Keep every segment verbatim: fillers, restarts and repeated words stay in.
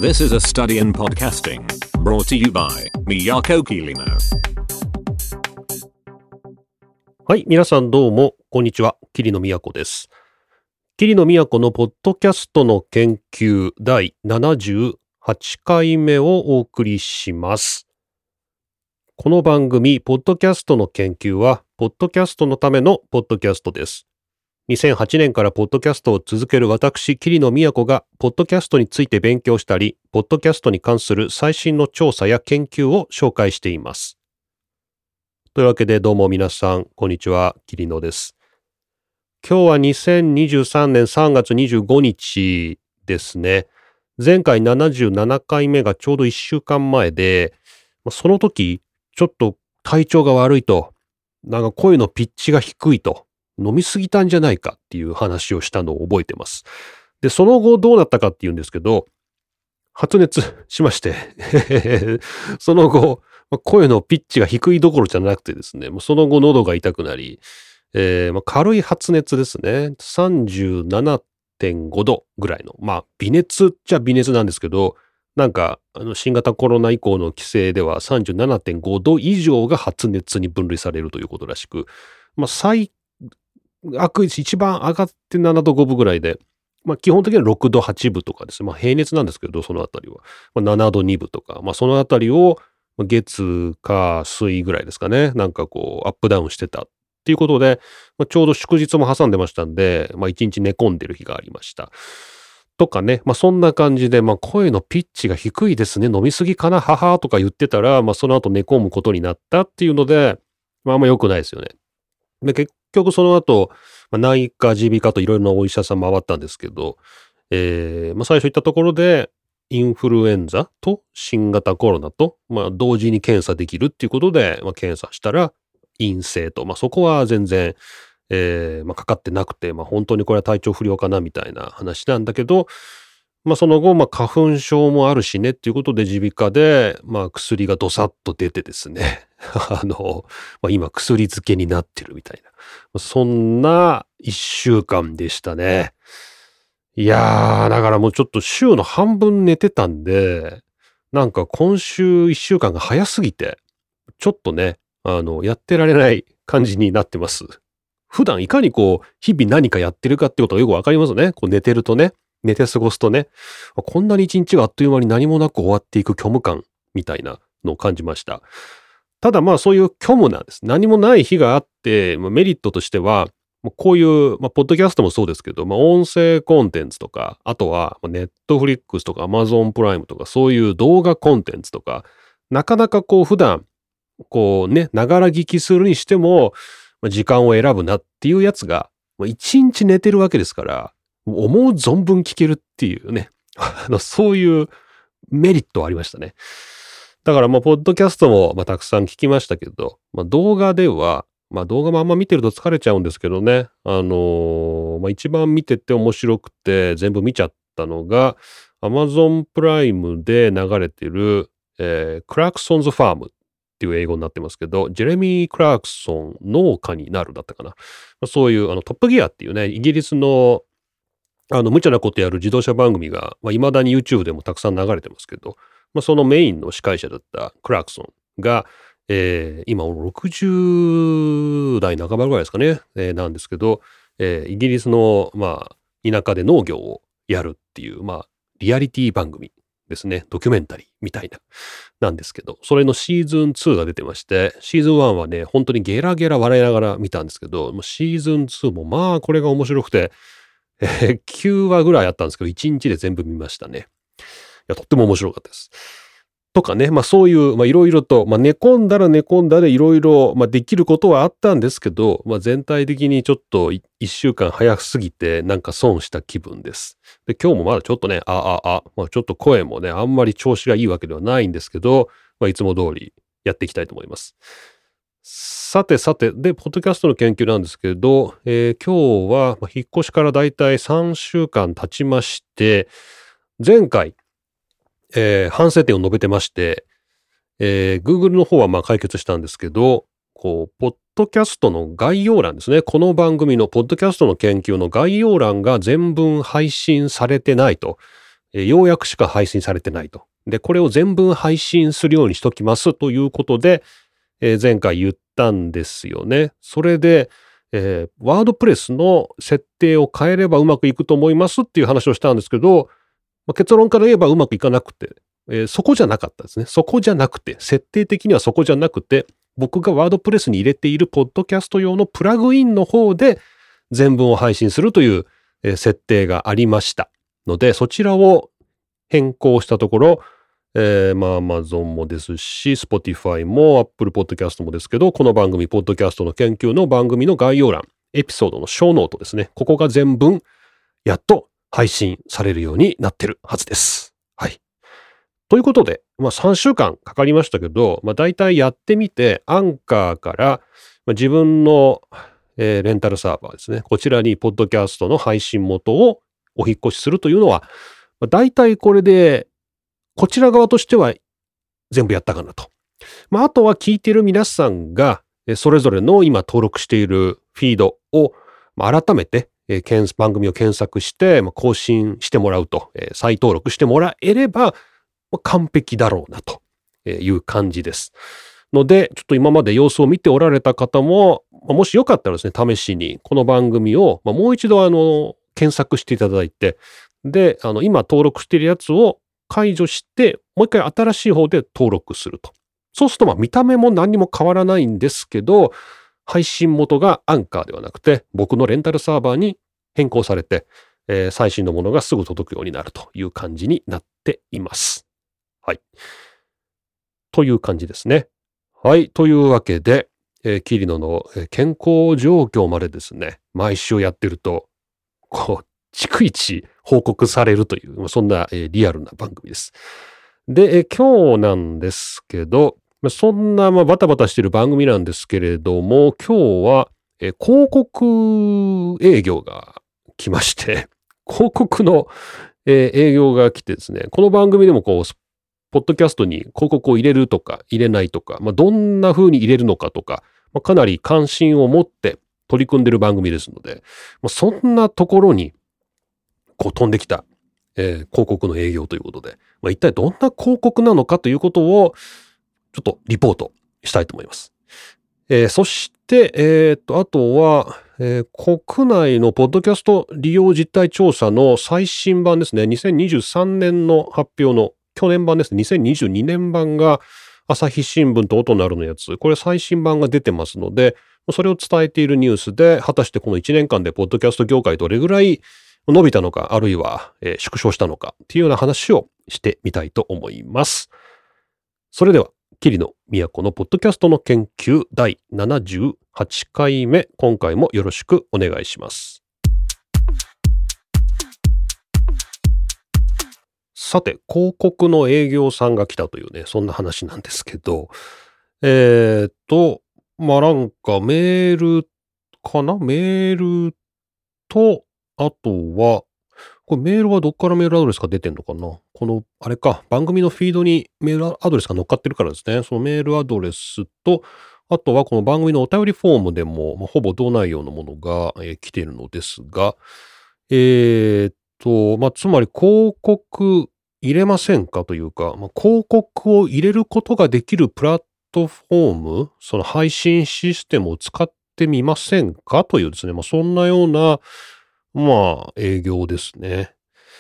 This is a study in podcasting brought to you by Miyako Kirino. はい、皆さんどうもこんにちは、桐野都です。桐野都のポッドキャストの研究だいななじゅうはちかいめをお送りします。この番組ポッドキャストの研究はポッドキャストのためのポッドキャストです。にせんはちねんからポッドキャストを続ける私桐野都がポッドキャストについて勉強したり、ポッドキャストに関する最新の調査や研究を紹介しています。というわけでどうも皆さんこんにちは、桐野です。今日はにせんにじゅうさんねんさんがつにじゅうごにちですね。前回ななじゅうななかいめがちょうどいっしゅうかんまえで、その時ちょっと体調が悪いと、なんか声のピッチが低いと、飲みすぎたんじゃないかっていう話をしたのを覚えてます。で、その後どうなったかっていうんですけど、発熱しましてその後声のピッチが低いどころじゃなくてですね、その後喉が痛くなり、えーまあ、軽い発熱ですね。さんじゅうななてんごどぐらいの、まあ微熱っちゃ微熱なんですけど、なんかあの新型コロナ以降の規制では さんじゅうななてんごど以上が発熱に分類されるということらしく、まあ最悪一番上がってななどごぶぐらいで、まあ基本的にはろくどはちぶとかですね、まあ平熱なんですけど、そのあたりは、まあ、ななどにぶとか、まあそのあたりを月火水ぐらいですかね、なんかこうアップダウンしてたっていうことで、まあ、ちょうど祝日も挟んでましたんで、まあ一日寝込んでる日がありました。とかね、まあそんな感じで、まあ声のピッチが低いですね、飲みすぎかな、ははとか言ってたら、まあその後寝込むことになったっていうので、まああんま良くないですよね。で、結局その後、まあ、内科、耳鼻科といろいろなお医者さん回ったんですけど、えーまあ、最初言ったところで、インフルエンザと新型コロナと、まあ、同時に検査できるっていうことで、まあ、検査したら陰性と、まあ、そこは全然、えーまあ、かかってなくて、まあ、本当にこれは体調不良かなみたいな話なんだけど、まあ、その後、まあ、花粉症もあるしねっていうことで耳鼻科で、まあ、薬がどさっと出てですね。あの、まあ、今薬漬けになってるみたいな。そんな一週間でしたね。いやー、だからもうちょっと週の半分寝てたんで、なんか今週一週間が早すぎて、ちょっとね、あの、やってられない感じになってます。普段いかにこう、日々何かやってるかってことがよくわかりますね。こう寝てるとね。寝て過ごすとね、こんなに一日があっという間に何もなく終わっていく虚無感みたいなのを感じました。ただまあそういう虚無なんです。何もない日があって、まあ、メリットとしては、こういう、まあ、ポッドキャストもそうですけど、まあ、音声コンテンツとか、あとは、ネットフリックスとか、アマゾンプライムとか、そういう動画コンテンツとか、なかなかこう普段、こうね、ながら聞きするにしても、まあ、時間を選ぶなっていうやつが、まあ、一日寝てるわけですから、思う存分聞けるっていうね、あの、そういうメリットはありましたね。だからまあ、ポッドキャストもまあたくさん聞きましたけど、まあ動画では、まあ動画もあんま見てると疲れちゃうんですけどね、あのー、まあ一番見てて面白くて全部見ちゃったのが、Amazon プライムで流れてる、えー、クラクソンズファームっていう英語になってますけど、ジェレミー・クラクソン農家になるだったかな。まあ、そういうあのトップギアっていうね、イギリスのあの、無茶なことやる自動車番組が、まあ、未だに YouTube でもたくさん流れてますけど、まあ、そのメインの司会者だったクラクソンが、えー、今ろくじゅうだいなかばぐらいですかね、えー、なんですけど、えー、イギリスの、まあ、田舎で農業をやるっていう、まあ、リアリティ番組ですね。ドキュメンタリーみたいな、なんですけど、それのシーズンツーが出てまして、シーズンワンはね、本当にゲラゲラ笑いながら見たんですけど、シーズンツーもまあ、これが面白くて、えー、きゅうわぐらいあったんですけど、いちにちで全部見ましたね。いや、とっても面白かったです。とかね、まあそういう、まあいろいろと、まあ寝込んだら寝込んだでいろいろ、まあできることはあったんですけど、まあ全体的にちょっといっしゅうかん早すぎて、なんか損した気分です。で、今日もまだちょっとね、あ、あ、あ、まあちょっと声もね、あんまり調子がいいわけではないんですけど、まあいつも通りやっていきたいと思います。さてさて、で、ポッドキャストの研究なんですけど、えー今日は、まあ引っ越しからだいたいさんしゅうかん経ちまして、前回、えー反省点を述べてまして、えー Google の方はまあ解決したんですけど、こう、ポッドキャストの概要欄ですね。この番組のポッドキャストの研究の概要欄が全文配信されてないとえー、ようやくしか配信されてないと。で、これを全文配信するようにしときますということで、えー、前回言ったんですよね。それで、えー、ワードプレスの設定を変えればうまくいくと思いますっていう話をしたんですけど、まあ、結論から言えばうまくいかなくて、えー、そこじゃなかったですね。そこじゃなくて、設定的にはそこじゃなくて、僕がワードプレスに入れているポッドキャスト用のプラグインの方で全文を配信するという、えー、設定がありましたので、そちらを変更したところ、えー、まあ Amazon もですし、Spotify も Apple Podcast もですけど、この番組、ポッドキャストの研究の番組の概要欄、エピソードの小ノートですね。ここが全文、やっと配信されるようになってるはずです。はい。ということで、まあさんしゅうかんかかりましたけど、まあ大体やってみて、アンカーから、まあ、自分の、えー、レンタルサーバーですね。こちらにポッドキャストの配信元をお引っ越しするというのは、まあ、大体これで、こちら側としては全部やったかなと。まああとは聞いている皆さんが、それぞれの今登録しているフィードを改めて番組を検索して更新してもらうと、再登録してもらえれば完璧だろうなという感じです。ので、ちょっと今まで様子を見ておられた方も、もしよかったらですね、試しにこの番組をもう一度あの検索していただいて、で、あの今登録しているやつを解除して、もう一回新しい方で登録すると。そうすると、まあ見た目も何にも変わらないんですけど、配信元がアンカーではなくて、僕のレンタルサーバーに変更されて、えー、最新のものがすぐ届くようになるという感じになっています。はい。という感じですね。はい。というわけで、えー、キリノの健康状況までですね、毎週やってると、こう、逐一報告されるという、そんな、えー、リアルな番組です。で、えー、今日なんですけど、そんな、まあ、バタバタしている番組なんですけれども、今日は、えー、広告営業が来まして、広告の、えー、営業が来てですね、この番組でもこう、ポッドキャストに広告を入れるとか入れないとか、まあ、どんな風に入れるのかとか、まあ、かなり関心を持って取り組んでいる番組ですので、まあ、そんなところにこう飛んできた、えー、広告の営業ということで、まあ、一体どんな広告なのかということをちょっとリポートしたいと思います。えー、そして、えー、とあとは、えー、国内のポッドキャスト利用実態調査の最新版ですね、にせんにじゅうさんねんの発表の去年版ですね、にせんにじゅうにねん版が朝日新聞と音なるのやつ、これ最新版が出てますので、それを伝えているニュースで、果たしてこのいちねんかんでポッドキャスト業界どれぐらい伸びたのか、あるいは、えー、縮小したのかっていうような話をしてみたいと思います。それでは、桐野都のポッドキャストの研究だいななじゅうはちかいめ、今回もよろしくお願いします。さて、広告の営業さんが来たというね、そんな話なんですけど、えーっと、まあ、なんかメールかなメールと、あとは、これメールはどっからメールアドレスが出てんのかなこの、あれか、番組のフィードにメールアドレスが乗っかってるからですね。そのメールアドレスと、あとはこの番組のお便りフォームでも、まあ、ほぼ同内容のものが、えー、来ているのですが、えーっと、まあ、つまり広告入れませんかというか、まあ、広告を入れることができるプラットフォーム、その配信システムを使ってみませんかというですね、まあ、そんなような、まあ、営業ですね。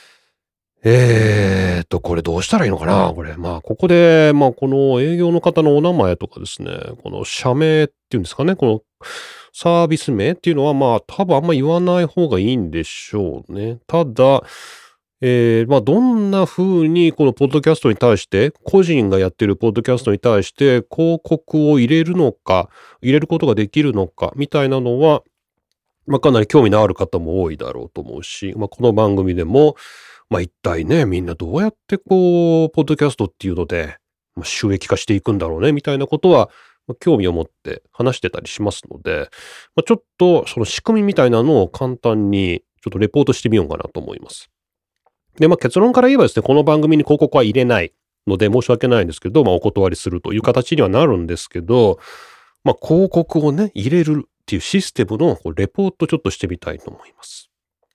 えーと、これどうしたらいいのかなこれ。まあ、ここで、まあ、この営業の方のお名前とかですね、この社名っていうんですかね、このサービス名っていうのは、まあ、多分あんま言わない方がいいんでしょうね。ただ、えー、まあ、どんな風にこのポッドキャストに対して、個人がやってるポッドキャストに対して広告を入れるのか、入れることができるのか、みたいなのは、まあ、かなり興味のある方も多いだろうと思うし、まあ、この番組でも、まあ、一体ね、みんなどうやってこう、ポッドキャストっていうので、まあ、収益化していくんだろうね、みたいなことは、まあ、興味を持って話してたりしますので、まあ、ちょっとその仕組みみたいなのを簡単にちょっとレポートしてみようかなと思います。で、まあ、結論から言えばですね、この番組に広告は入れないので申し訳ないんですけど、まあ、お断りするという形にはなるんですけど、まあ、広告をね、入れるっていうシステムのレポートちょっとしてみたいと思います。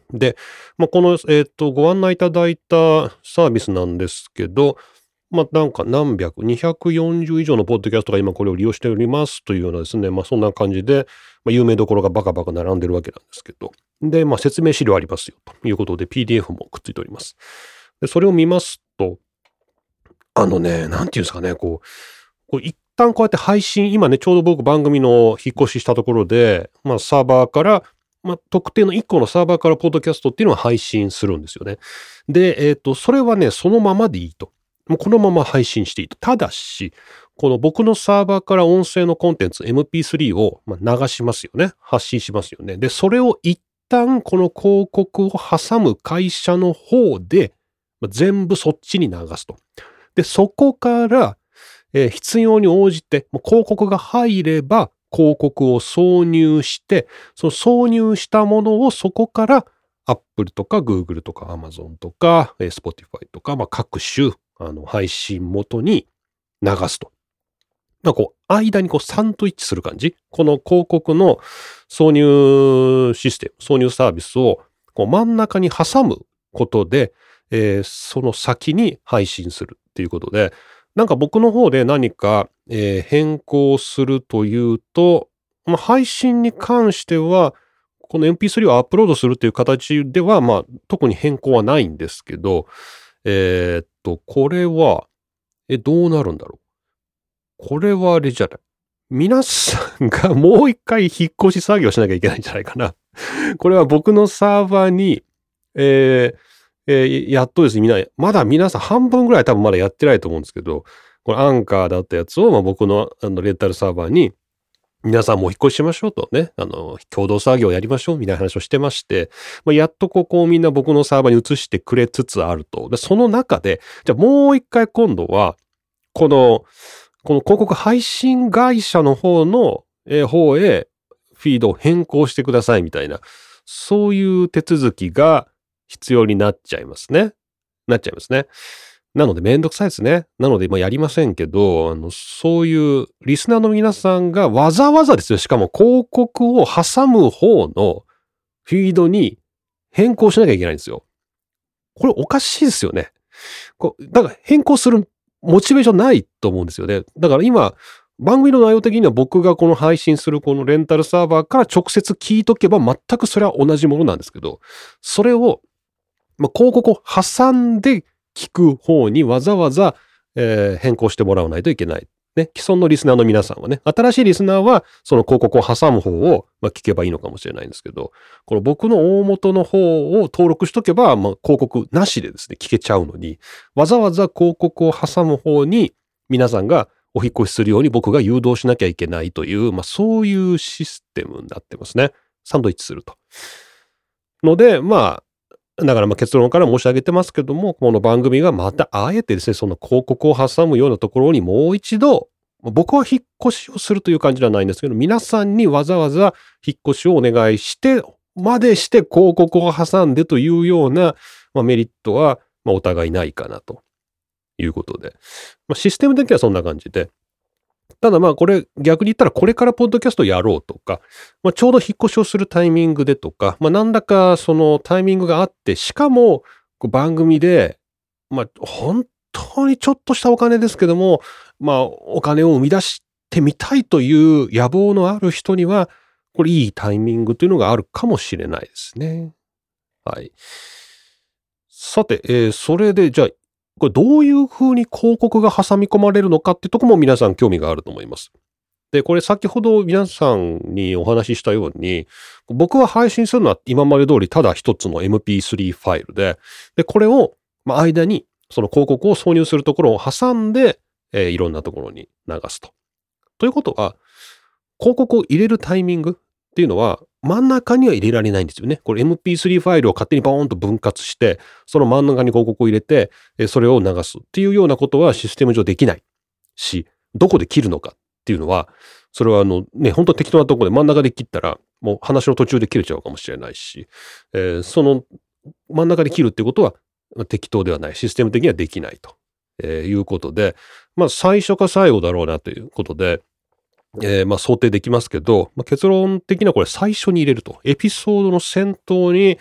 で、まあ、この、えっと、ご案内いただいたサービスなんですけど、まあ、なんか何百、にひゃくよんじゅう以上のポッドキャストが今これを利用しておりますというようなですね、まあ、そんな感じで、まあ、有名どころがバカバカ並んでるわけなんですけど、で、まあ、説明資料ありますよということで ピーディーエフ もくっついております。で、それを見ますと、あのね、なんていうんですかね、こう、こう一旦こうやって配信、今ね、ちょうど僕番組の引っ越ししたところで、まあ、サーバーから、まあ、特定のいっこのサーバーからポッドキャストっていうのを配信するんですよね。で、えっと、それはね、そのままでいいと。もうこのまま配信していいと。ただし、この僕のサーバーから音声のコンテンツ エムピースリー をまあ流しますよね。発信しますよね。で、それを一旦この広告を挟む会社の方で、まあ全部そっちに流すと。で、そこから、えー必要に応じて、もう広告が入れば、広告を挿入して、その挿入したものをそこから Apple とか Google とか Amazon とか、えー Spotify とか、まあ、各種あの配信元に流すと。なんかこう、間にこうサンドイッチする感じ。この広告の挿入システム、挿入サービスをこう真ん中に挟むことで、えーその先に配信するっていうことで、なんか僕の方で何か、えー変更するというと、まあ、配信に関しては、この エムピースリー をアップロードするっていう形では、まあ、特に変更はないんですけど、えーっと、これは、え、どうなるんだろう。これはあれじゃない。皆さんがもう一回引っ越し作業しなきゃいけないんじゃないかな。これは僕のサーバーに、えーえーやっとですね、みんな、まだ皆さん半分ぐらい多分まだやってないと思うんですけど、これアンカーだったやつを、まあ、僕のあのレンタルサーバーに、皆さんもう引っ越ししましょうとね、あの、共同作業やりましょうみたいな話をしてまして、まあ、やっとここをみんな僕のサーバーに移してくれつつあると。で、その中で、じゃあもう一回今度は、この、この広告配信会社の方の、えー方へフィードを変更してくださいみたいな、そういう手続きが必要になっちゃいますね。なっちゃいますね。なのでめんどくさいですね。なので、まあやりませんけど、あの、そういうリスナーの皆さんがわざわざですよ。しかも広告を挟む方のフィードに変更しなきゃいけないんですよ。これおかしいですよね。こうだから変更するモチベーションないと思うんですよね。だから今、番組の内容的には僕がこの配信するこのレンタルサーバーから直接聞いとけば全くそれは同じものなんですけど、それを、まあ、広告を挟んで聞く方にわざわざ、えー変更してもらわないといけない。ね、既存のリスナーの皆さんはね、新しいリスナーはその広告を挟む方を、まあ、聞けばいいのかもしれないんですけど、この僕の大元の方を登録しとけば、まあ、広告なしでですね、聞けちゃうのに、わざわざ広告を挟む方に皆さんがお引っ越しするように僕が誘導しなきゃいけないという、まあ、そういうシステムになってますね。サンドイッチすると。ので、まあ、だからまあ結論から申し上げてますけども、この番組がまたあえてですね、その広告を挟むようなところにもう一度、僕は引っ越しをするという感じではないんですけど、皆さんにわざわざ引っ越しをお願いして、までして広告を挟んでというような、まあ、メリットは、まあ、お互いないかなということで。まあ、システム的にはそんな感じで。ただまあこれ逆に言ったらこれからポッドキャストやろうとか、まあ、ちょうど引っ越しをするタイミングでとか、まあ何らかそのタイミングがあって、しかもこう番組で、まあ本当にちょっとしたお金ですけども、まあお金を生み出してみたいという野望のある人には、これいいタイミングというのがあるかもしれないですね。はい。さて、えーそれでじゃあ、これどういう風に広告が挟み込まれるのかってとこも皆さん興味があると思います。で、これ先ほど皆さんにお話ししたように、僕は配信するのは今まで通りただ一つの エムピースリー ファイルで、で、これを、まあ、間にその広告を挿入するところを挟んで、えーいろんなところに流すと。ということは、広告を入れるタイミングっていうのは真ん中には入れられないんですよね。これ エムピースリー ファイルを勝手にバーンと分割して、その真ん中に広告を入れて、えそれを流すっていうようなことはシステム上できないし、どこで切るのかっていうのは、それはあのね、本当適当なところで真ん中で切ったら、もう話の途中で切れちゃうかもしれないし、えーその真ん中で切るっていうことは適当ではない。システム的にはできないと、えーいうことで、まあ最初か最後だろうなということで、えーまあ想定できますけど、まあ、結論的にはこれ最初に入れると。エピソードの先頭に、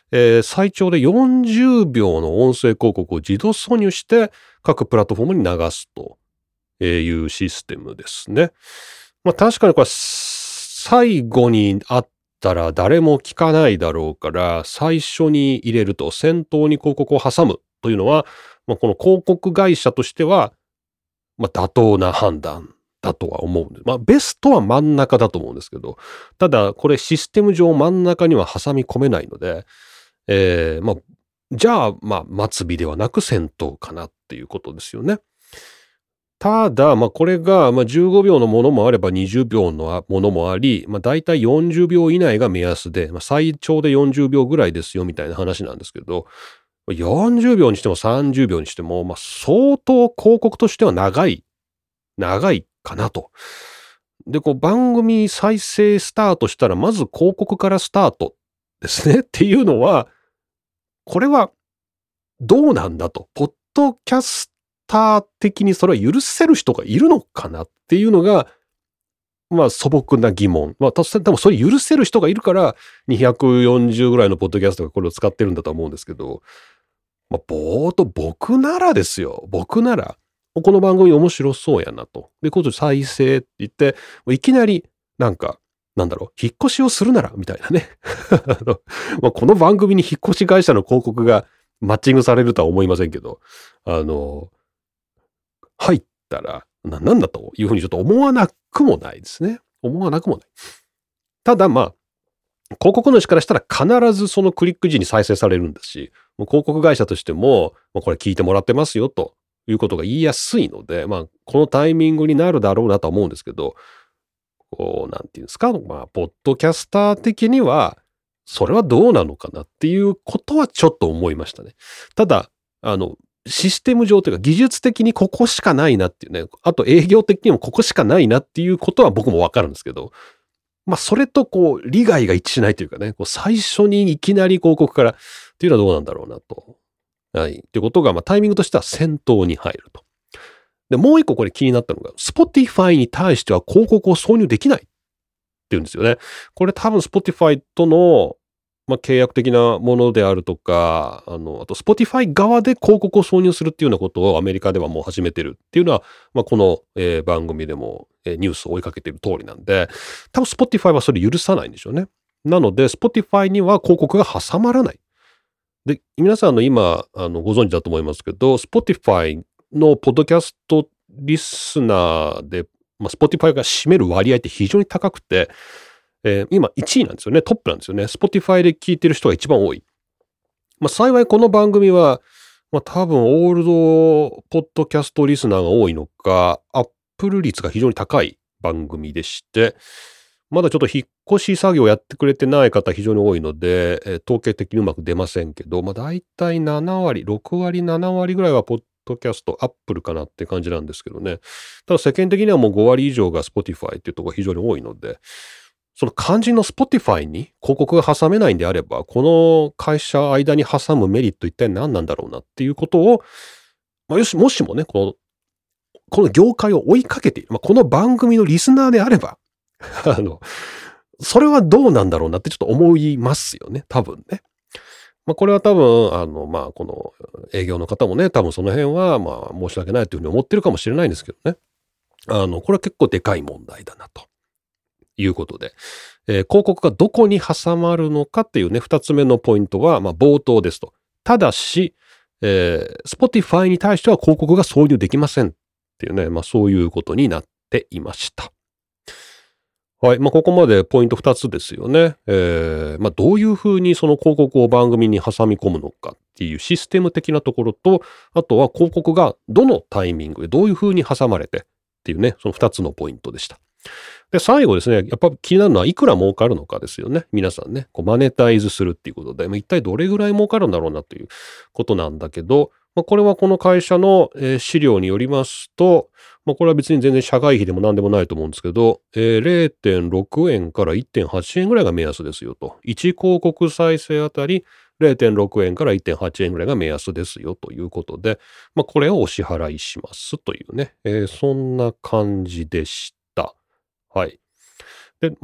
えー最長でよんじゅうびょうの音声広告を自動挿入して各プラットフォームに流すというシステムですね。まあ確かにこれ最後にあったら誰も聞かないだろうから最初に入れると先頭に広告を挟むというのは、まあ、この広告会社としては、まあ、妥当な判断だとは思うんです。まあベストは真ん中だと思うんですけど、ただこれシステム上真ん中には挟み込めないので、えー、まあじゃあまあ末尾ではなく先頭かなっていうことですよね。ただ、まあ、これが、まあ、じゅうごびょうのものもあればにじゅうびょうのものもあり、まあ、だいたいよんじゅうびょう以内が目安で、まあ、最長でよんじゅうびょうぐらいですよみたいな話なんですけど、よんじゅうびょうにしてもさんじゅうびょうにしても、まあ、相当広告としては長い、長いかなと。で、こう番組再生スタートしたら、まず広告からスタートですねっていうのは、これはどうなんだと。ポッドキャスター的にそれは許せる人がいるのかなっていうのが、まあ素朴な疑問。まあ、多分それ許せる人がいるから、にひゃくよんじゅうぐらいのポッドキャストがこれを使ってるんだと思うんですけど、まあ、ぼーっと僕ならですよ。僕なら、この番組面白そうやなと。で、こう再生って言って、いきなりなんか、なんだろう、引っ越しをするなら、みたいなね。あのまあ、この番組に引っ越し会社の広告がマッチングされるとは思いませんけど、あの、入ったら、な、なんだというふうにちょっと思わなくもないですね。思わなくもない。ただまあ、広告主からしたら必ずそのクリック時に再生されるんですし、もう広告会社としても、まあ、これ聞いてもらってますよということが言いやすいので、まあ、このタイミングになるだろうなとは思うんですけど、こう、なんていうんですか、まあ、ポッドキャスター的には、それはどうなのかなっていうことはちょっと思いましたね。ただ、あの、システム上というか技術的にここしかないなっていうね、あと営業的にもここしかないなっていうことは僕もわかるんですけど、まあそれとこう利害が一致しないというかね、こう最初にいきなり広告からっていうのはどうなんだろうなと。はい。っていうことが、まあタイミングとしては先頭に入ると。で、もう一個これ気になったのが、Spotify に対しては広告を挿入できないっていうんですよね。これ多分 Spotify との、まあ、契約的なものであるとか、あの、あと Spotify 側で広告を挿入するっていうようなことをアメリカではもう始めてるっていうのは、まあ、この、えー番組でも、えーニュースを追いかけている通りなんで、多分 Spotify はそれ許さないんでしょうね。なので Spotify には広告が挟まらない。で、皆さんの今、あの、ご存知だと思いますけど、Spotify のポッドキャストリスナーで、まあ、Spotify が占める割合って非常に高くて、えー今いちいなんですよね。トップなんですよね。Spotify で聞いてる人が一番多い。まあ、幸いこの番組は、まあ、多分オールドポッドキャストリスナーが多いのか、アップル率が非常に高い番組でして、まだちょっと引っ越し作業やってくれてない方非常に多いので、えー統計的にうまく出ませんけど、まあ大体ななわり、ろくわり、ななわりぐらいはポッドキャスト、アップルかなって感じなんですけどね。ただ世間的にはもうごわり以上が Spotify っていうところが非常に多いので、その肝心の Spotify に広告が挟めないんであれば、この会社間に挟むメリット一体何なんだろうなっていうことを、まあ、よし、もしもね、この、この業界を追いかけている、まあ、この番組のリスナーであれば、あの、それはどうなんだろうなってちょっと思いますよね、多分ね。まあ、これは多分、あの、まあ、この営業の方もね、多分その辺は、まあ、申し訳ないというふうに思ってるかもしれないんですけどね。あの、これは結構でかい問題だなということで、えー広告がどこに挟まるのかっていうね、二つ目のポイントは、まあ、冒頭ですと。ただし、えー Spotify に対しては広告が挿入できませんっていうね、まあ、そういうことになっていました。はい。まあ、ここまでポイントふたつですよね。えーまあ、どういうふうにその広告を番組に挟み込むのかっていうシステム的なところと、あとは広告がどのタイミングでどういうふうに挟まれてっていうね、そのふたつのポイントでした。で、最後ですね、やっぱ気になるのはいくら儲かるのかですよね。皆さんね、こうマネタイズするっていうことで、まあ、一体どれぐらい儲かるんだろうなということなんだけど、まあ、これはこの会社の、えー資料によりますと、まあ、これは別に全然社外費でも何でもないと思うんですけど、えー、れいてんろくえんから いってんはちえんぐらいが目安ですよと。いち広告再生あたり れいてんろくえんから いってんはちえんぐらいが目安ですよということで、まあ、これをお支払いしますというね、えーそんな感じでした。はい。で、まあ、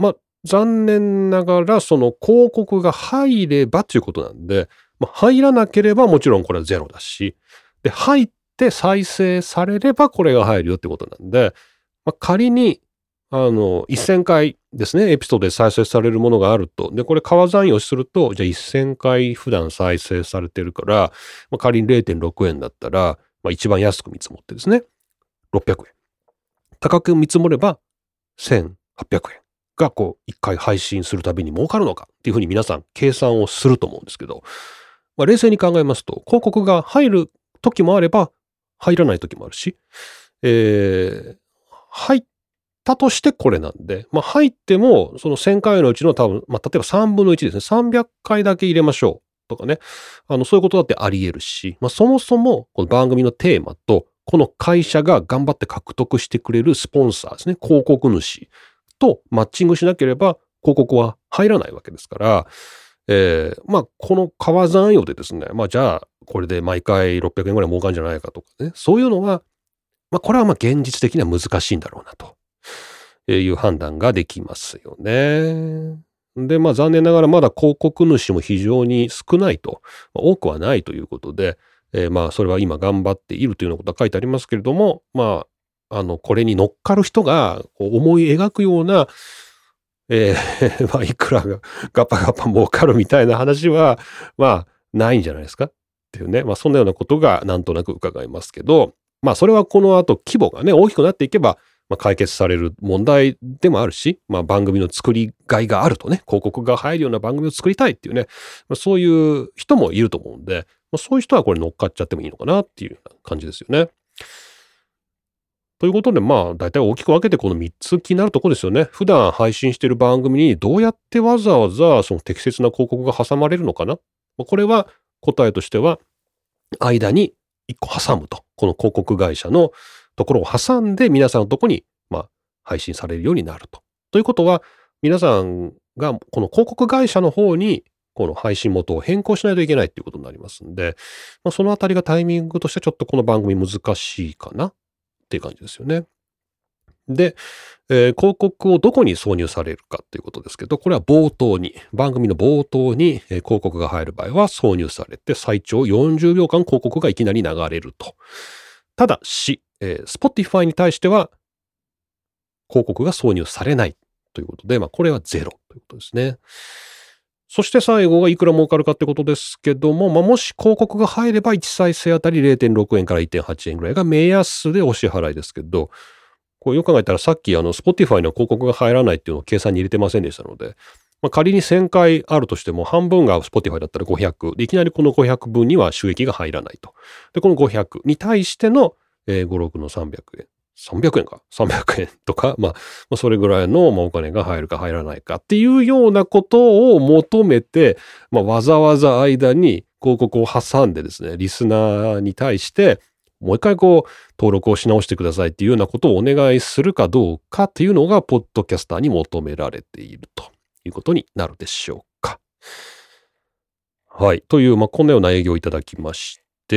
残念ながらその広告が入ればということなんで、まあ、入らなければもちろんこれはゼロだし、で、入って再生されればこれが入るよってことなんで、まあ、仮に、あの、せんかいですね、エピソードで再生されるものがあると。で、これ川算用すると、じゃあせんかい普段再生されてるから、まあ、仮に れいてんろくえんだったら、まあ、一番安く見積もってですね、ろっぴゃくえん。高く見積もればせんはっぴゃくえんがこういっかい配信するたびに儲かるのかっていうふうに皆さん計算をすると思うんですけど、まあ、冷静に考えますと、広告が入る時もあれば入らない時もあるし、えー、入ったとしてこれなんで、まあ、入ってもそのせんかいのうちの多分、まあ、例えばさんぶんのいちですね、さんびゃっかいだけ入れましょうとかね、あのそういうことだってあり得るし、まあ、そもそもこの番組のテーマとこの会社が頑張って獲得してくれるスポンサーですね、広告主とマッチングしなければ広告は入らないわけですから、えー、まあこの川算用でですね、まあじゃあこれで毎回ろっぴゃくえんぐらい儲かるんじゃないかとかね、そういうのは、まあこれはまあ現実的には難しいんだろうなという判断ができますよね。で、まあ残念ながらまだ広告主も非常に少ないと、多くはないということで、えー、まあそれは今頑張っているというようなことが書いてありますけれども、まあ、あの、これに乗っかる人がこう思い描くような、えー、まあいくらがガパガパ儲かるみたいな話は、まあないんじゃないですかっていうね、まあそんなようなことがなんとなく伺いますけど、まあそれはこの後規模がね、大きくなっていけば、まあ、解決される問題でもあるし、まあ、番組の作りがいがあるとね、広告が入るような番組を作りたいっていうね、まあ、そういう人もいると思うんで、まあ、そういう人はこれ乗っかっちゃってもいいのかなっていうような感じですよね。ということで、まあ、大体大きく分けてこのみっつ気になるところですよね。普段配信している番組にどうやってわざわざその適切な広告が挟まれるのかな。まあ、これは答えとしては、間にいっこ挟むと。この広告会社のところを挟んで皆さんのところに、まあ、配信されるようになると。ということは、皆さんがこの広告会社の方に、この配信元を変更しないといけないっていうことになりますんで、まあ、そのあたりがタイミングとしてちょっとこの番組難しいかなっていう感じですよね。で、えー広告をどこに挿入されるかっていうことですけど、これは冒頭に、番組の冒頭に、えー広告が入る場合は挿入されて、最長よんじゅうびょうかん広告がいきなり流れると。ただし、えー Spotify に対しては広告が挿入されないということで、まあこれはゼロということですね。そして最後がいくら儲かるかってことですけども、まあ、もし広告が入ればいち再生あたり れいてんろくえんから いってんはちえんぐらいが目安でお支払いですけど、これよく考えたらさっきあの Spotify の広告が入らないっていうのを計算に入れてませんでしたので、まあ、仮にせんかいあるとしても半分が Spotify だったらごひゃくで、いきなりこのごひゃくぶんには収益が入らないと。で、このごひゃくに対しての、えー、ご、ろくのさんびゃくえん。さんびゃくえんか ?さんびゃくえんとか、まあ、まあ、それぐらいの、まあ、お金が入るか入らないかっていうようなことを求めて、まあ、わざわざ間に広告を挟んでですね、リスナーに対して、もう一回こう、登録をし直してくださいっていうようなことをお願いするかどうかっていうのが、ポッドキャスターに求められているということになるでしょうか。はい。という、まあ、こんなような営業をいただきまして、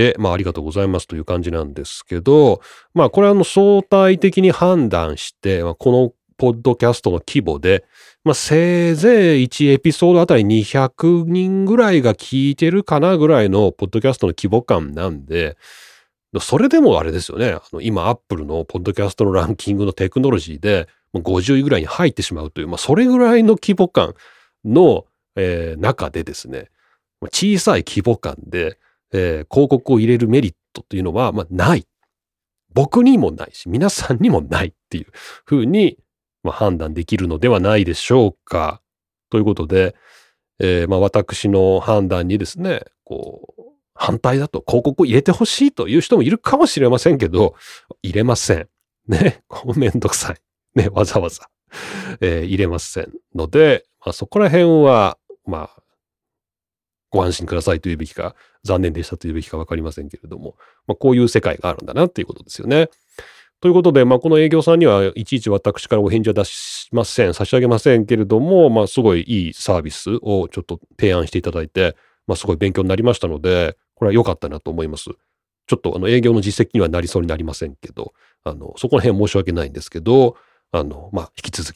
まあ、ありがとうございますという感じなんですけど、まあ、これはあの、相対的に判断して、まあ、このポッドキャストの規模で、まあ、せいぜいいちエピソードあたりにひゃくにんぐらいが聞いてるかなぐらいのポッドキャストの規模感なんで、それでもあれですよね。あの今、アップルのポッドキャストのランキングのテクノロジーでごじゅういぐらいに入ってしまうという、まあ、それぐらいの規模感の、えー中でですね、小さい規模感で、えー広告を入れるメリットっていうのは、まあ、ない。僕にもないし、皆さんにもないっていうふうに、まあ、判断できるのではないでしょうか。ということで、えーまあ、私の判断にですね、こう、反対だと広告を入れてほしいという人もいるかもしれませんけど、入れません。ね、めんどくさい。ね、わざわざ、えー入れませんので、まあ、そこら辺は、まあ、ご安心くださいというべきか、残念でしたというべきかわかりませんけれども、まあ、こういう世界があるんだなっていうことですよね。ということで、まあ、この営業さんにはいちいち私からお返事は出しません、差し上げませんけれども、まあ、すごいいいサービスをちょっと提案していただいて、まあ、すごい勉強になりましたので、これは良かったなと思います。ちょっとあの営業の実績にはなりそうになりませんけど、あの、そこら辺申し訳ないんですけど、あの、まあ、引き続き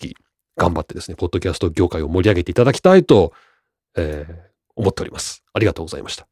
頑張ってですね、ポッドキャスト業界を盛り上げていただきたいと、えー、思っております。ありがとうございました。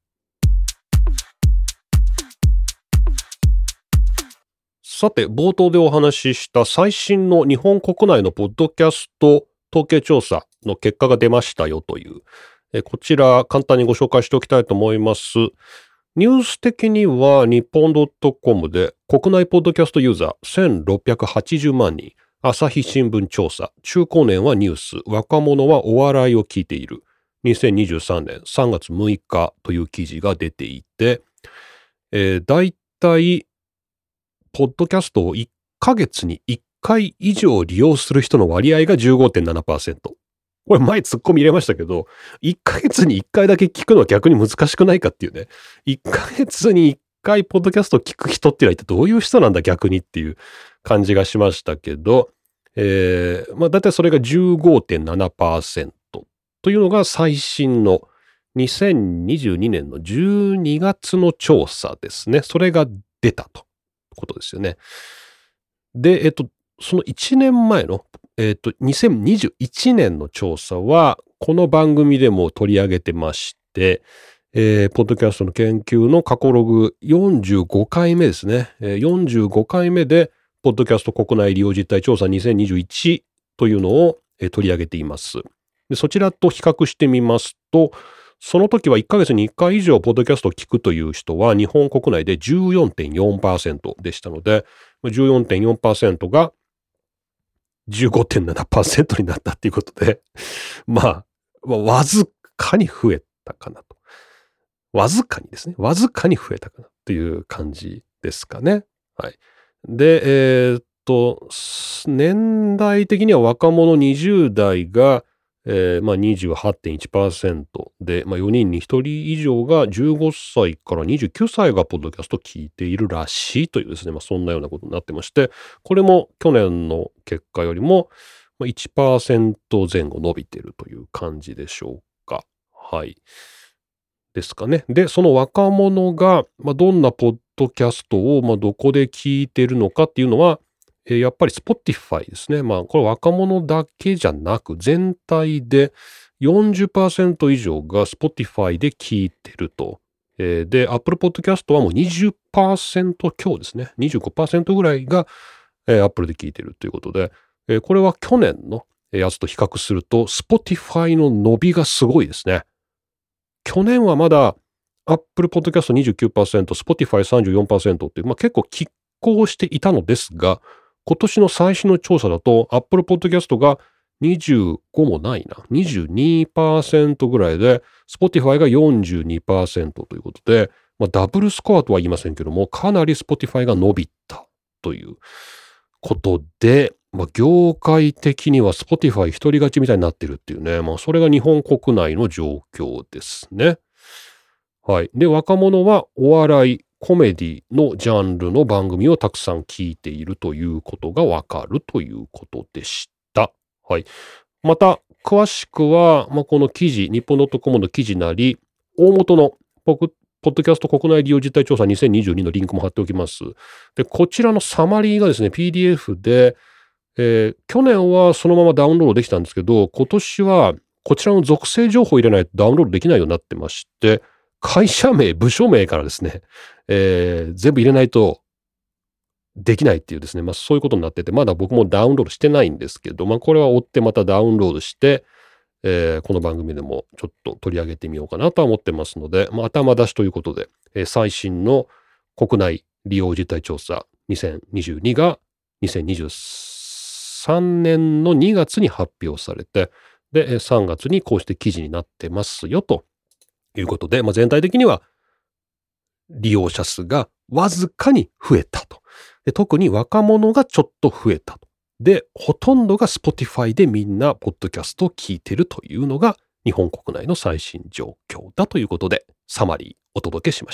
さて、冒頭でお話しした最新の日本国内のポッドキャスト統計調査の結果が出ましたよという、えこちら簡単にご紹介しておきたいと思います。ニュース的には日本 .com で国内ポッドキャストユーザーせんろっぴゃくはちじゅうまんにん、朝日新聞調査、中高年はニュース、若者はお笑いを聞いている、にせんにじゅうさんねんさんがつむいかという記事が出ていて、えー、だいたいポッドキャストをいっかげつにいっかい以上利用する人の割合が じゅうごてんななパーセント。これ前ツッコミ入れましたけど、いっかげつにいっかいだけ聞くのは逆に難しくないかっていうね。いっかげつにいっかいポッドキャストを聞く人っていうのは一体どういう人なんだ逆にっていう感じがしましたけど、えー、まあだいたいそれが じゅうごてんななパーセント というのが最新のにせんにじゅうにねんのじゅうにがつの調査ですね。それが出たということですよね。で、えっと、そのいちねんまえのえっと、にせんにじゅういちねんの調査は、この番組でも取り上げてまして、えー、ポッドキャストの研究の過去ログよんじゅうごかいめですね。えー、よんじゅうごかいめで、ポッドキャスト国内利用実態調査にせんにじゅういちというのを、えー、取り上げています。で、そちらと比較してみますと、その時はいっかげつにいっかい以上ポッドキャストを聞くという人は日本国内で じゅうよんてんよんパーセント でしたので、じゅうよんてんよんパーセント がじゅうごてんななパーセント になったっていうことで、まあ、わずかに増えたかなと。わずかにですね。わずかに増えたかなという感じですかね。はい。で、えー、っと、年代的には若者にじゅうだいが、えー、まあ にじゅうはちてんいちパーセント で、まあ、よにんにひとり以上がじゅうごさいからにじゅうきゅうさいがポッドキャストを聞いているらしいというですね、まあ、そんなようなことになってまして、これも去年の結果よりも いちパーセント 前後伸びているという感じでしょうか。はい。ですかね。で、その若者が、まあ、どんなポッドキャストを、まあ、どこで聞いているのかっていうのは、えー、やっぱり Spotify ですね。まあ、これ若者だけじゃなく、全体で よんじゅっパーセント 以上が Spotify で聞いてると。えー、で、Apple Podcast はもう にじゅっパーセント 強ですね。にじゅうごパーセント ぐらいが、えー、Apple で聞いてるということで、えー、これは去年のやつと比較すると、Spotify の伸びがすごいですね。去年はまだ Apple Podcast にじゅうきゅうパーセント、Spotify さんじゅうよんパーセント っていう、まあ、結構拮抗していたのですが、今年の最新の調査だと Apple Podcast がにじゅうごもないな、にじゅうにパーセント ぐらいで、Spotify が よんじゅうにパーセント ということで、まあ、ダブルスコアとは言いませんけども、かなり Spotify が伸びたということで、まあ、業界的には Spotify 一人勝ちみたいになってるっていうね。まあ、それが日本国内の状況ですね。はい。で、若者はお笑い、コメディのジャンルの番組をたくさん聞いているということがわかるということでした。はい。また、詳しくは、まあ、この記事、日本 .com の記事なり、大元のポッドキャスト国内利用実態調査にせんにじゅうにのリンクも貼っておきます。で、こちらのサマリーがですね、ピーディーエフ で、えー、去年はそのままダウンロードできたんですけど、今年はこちらの属性情報を入れないとダウンロードできないようになってまして、会社名、部署名からですね、えー、全部入れないとできないっていうですね、まあそういうことになってて、まだ僕もダウンロードしてないんですけど、まあこれは追ってまたダウンロードして、えー、この番組でもちょっと取り上げてみようかなとは思ってますので、まあ頭出しということで、えー、最新の国内利用実態調査にせんにじゅうにがにせんにじゅうさんねんのにがつに発表されて、で、さんがつにこうして記事になってますよということで、まあ、全体的には利用者数がわずかに増えたと。で、特に若者がちょっと増えたと。で、ほとんどが Spotify でみんなポッドキャストを聞いてるというのが日本国内の最新状況だということで、サマリーお届けしました。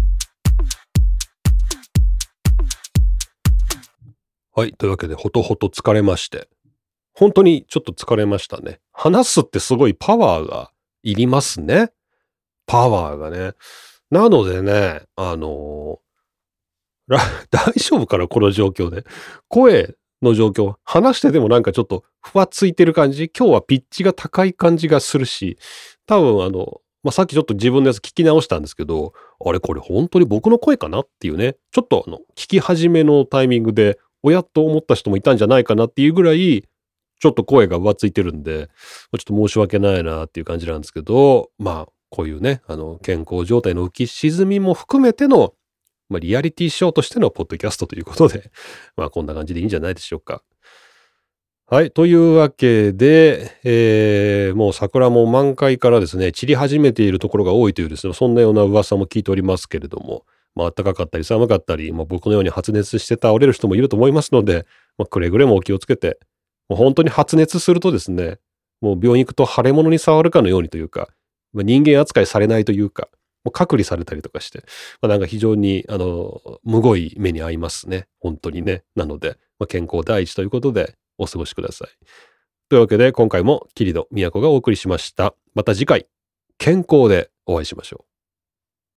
はい。というわけで、ほとほと疲れまして。本当にちょっと疲れましたね。話すってすごいパワーがいりますね。パワーがね。なのでね、あのー、大丈夫かなこの状況で。声の状況、話しててもなんかちょっとふわついてる感じ、今日はピッチが高い感じがするし、多分あの、まあ、さっきちょっと自分のやつ聞き直したんですけど、あれこれ本当に僕の声かなっていうね、ちょっとあの、聞き始めのタイミングで、おやっと思った人もいたんじゃないかなっていうぐらい、ちょっと声が浮ついてるんで、ちょっと申し訳ないなっていう感じなんですけど、まあ、こういうね、あの、健康状態の浮き沈みも含めての、まあ、リアリティショーとしてのポッドキャストということで、まあ、こんな感じでいいんじゃないでしょうか。はい。というわけで、えー、もう桜も満開からですね、散り始めているところが多いというですね、そんなような噂も聞いておりますけれども、まあ、暖かかったり寒かったり、まあ、僕のように発熱して倒れる人もいると思いますので、まあ、くれぐれもお気をつけて、もう本当に発熱するとですね、もう病院行くと腫れ物に触るかのようにというか、まあ、人間扱いされないというか、もう隔離されたりとかして、まあ、なんか非常に、あの、むごい目に遭いますね。本当にね。なので、まあ、健康第一ということで、お過ごしください。というわけで、今回も桐野都がお送りしました。また次回、健康でお会いしましょう。